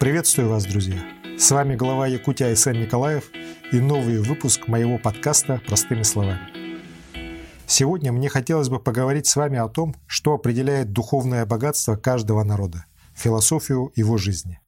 Приветствую вас, друзья! С вами глава Якутии Айсен Николаев и новый выпуск моего подкаста «Простыми словами». Сегодня мне хотелось бы поговорить с вами о том, что определяет духовное богатство каждого народа, философию его жизни.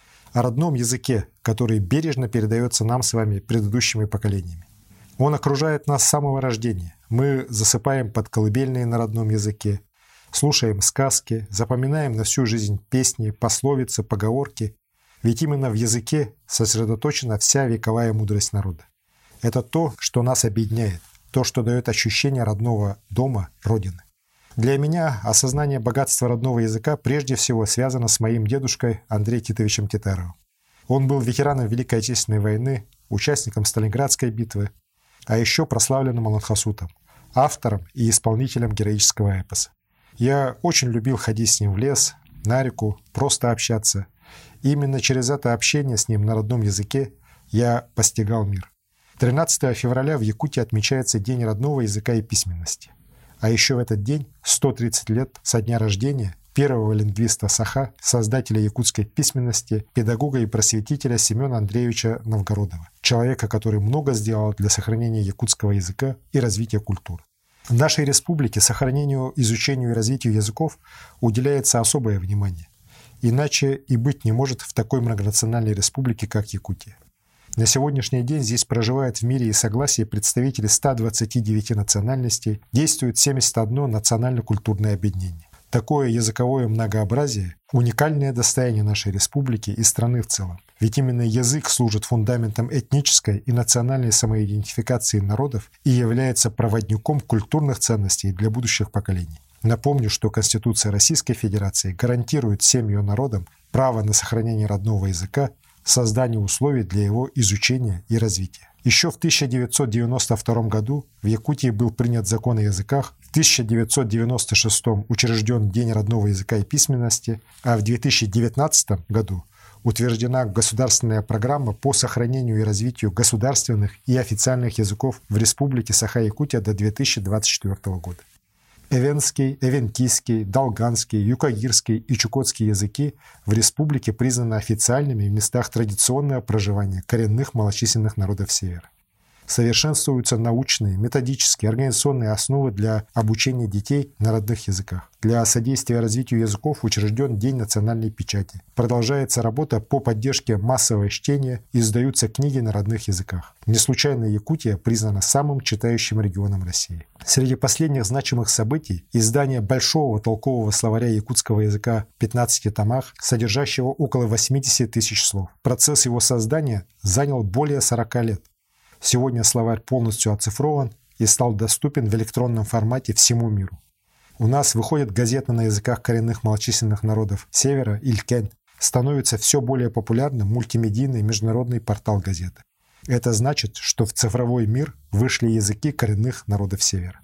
О родном языке, который бережно передается нам с вами предыдущими поколениями. Он окружает нас с самого рождения. Мы засыпаем под колыбельные на родном языке, слушаем сказки, запоминаем на всю жизнь песни, пословицы, поговорки. Ведь именно в языке сосредоточена вся вековая мудрость народа. Это то, что нас объединяет, то, что дает ощущение родного дома, родины. Для меня осознание богатства родного языка прежде всего связано с моим дедушкой Андреем Титовичем Титаровым. Он был ветераном Великой Отечественной войны, участником Сталинградской битвы, а еще прославленным аланхасутом, автором и исполнителем героического эпоса. Я очень любил ходить с ним в лес, на реку, просто общаться. Именно через это общение с ним на родном языке я постигал мир. 13 февраля в Якутии отмечается День родного языка и письменности. А еще в этот день 130 лет со дня рождения первого лингвиста Саха, создателя якутской письменности, педагога и просветителя Семена Андреевича Новгородова, человека, который много сделал для сохранения якутского языка и развития культуры. В нашей республике сохранению, изучению и развитию языков уделяется особое внимание. Иначе и быть не может в такой многонациональной республике, как Якутия. На сегодняшний день здесь проживает в мире и согласии представители 129 национальностей, действует 71 национально-культурное объединение. Такое языковое многообразие – уникальное достояние нашей республики и страны в целом. Ведь именно язык служит фундаментом этнической и национальной самоидентификации народов и является проводником культурных ценностей для будущих поколений. Напомню, что Конституция Российской Федерации гарантирует всем ее народам право на сохранение родного языка, создание условий для его изучения и развития. Еще в 1992 году в Якутии был принят закон о языках, в 1996 учрежден День родного языка и письменности, а в 2019 году утверждена государственная программа по сохранению и развитию государственных и официальных языков в Республике Саха-Якутия до 2024 года. Эвенский, эвенкийский, долганский, юкагирский и чукотский языки в республике признаны официальными в местах традиционного проживания коренных малочисленных народов Севера. Совершенствуются научные, методические, организационные основы для обучения детей на родных языках. Для содействия развитию языков учрежден День национальной печати. Продолжается работа по поддержке массового чтения, издаются книги на родных языках. Не случайно Якутия признана самым читающим регионом России. Среди последних значимых событий издание большого толкового словаря якутского языка в 15 томах, содержащего около 80 тысяч слов. Процесс его создания занял более 40 лет. Сегодня словарь полностью оцифрован и стал доступен в электронном формате всему миру. У нас выходят газеты на языках коренных малочисленных народов Севера, Илькэн. Становится все более популярным мультимедийный международный портал газеты. Это значит, что в цифровой мир вышли языки коренных народов Севера.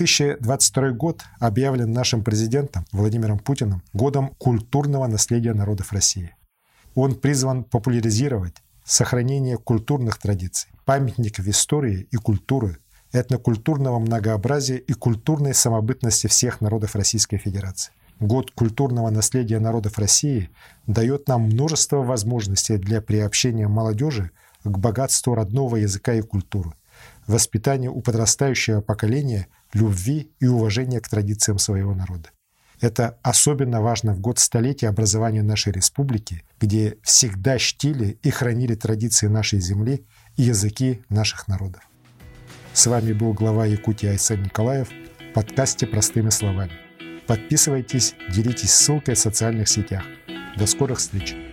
2022 год объявлен нашим президентом Владимиром Путиным годом культурного наследия народов России. Он призван популяризировать сохранение культурных традиций, памятников истории и культуры, этнокультурного многообразия и культурной самобытности всех народов Российской Федерации. Год культурного наследия народов России дает нам множество возможностей для приобщения молодежи к богатству родного языка и культуры, воспитанию у подрастающего поколения любви и уважения к традициям своего народа. Это особенно важно в год столетия образования нашей республики, где всегда чтили и хранили традиции нашей земли и языки наших народов. С вами был глава Якутии Айсен Николаев в подкасте «Простыми словами». Подписывайтесь, делитесь ссылкой в социальных сетях. До скорых встреч!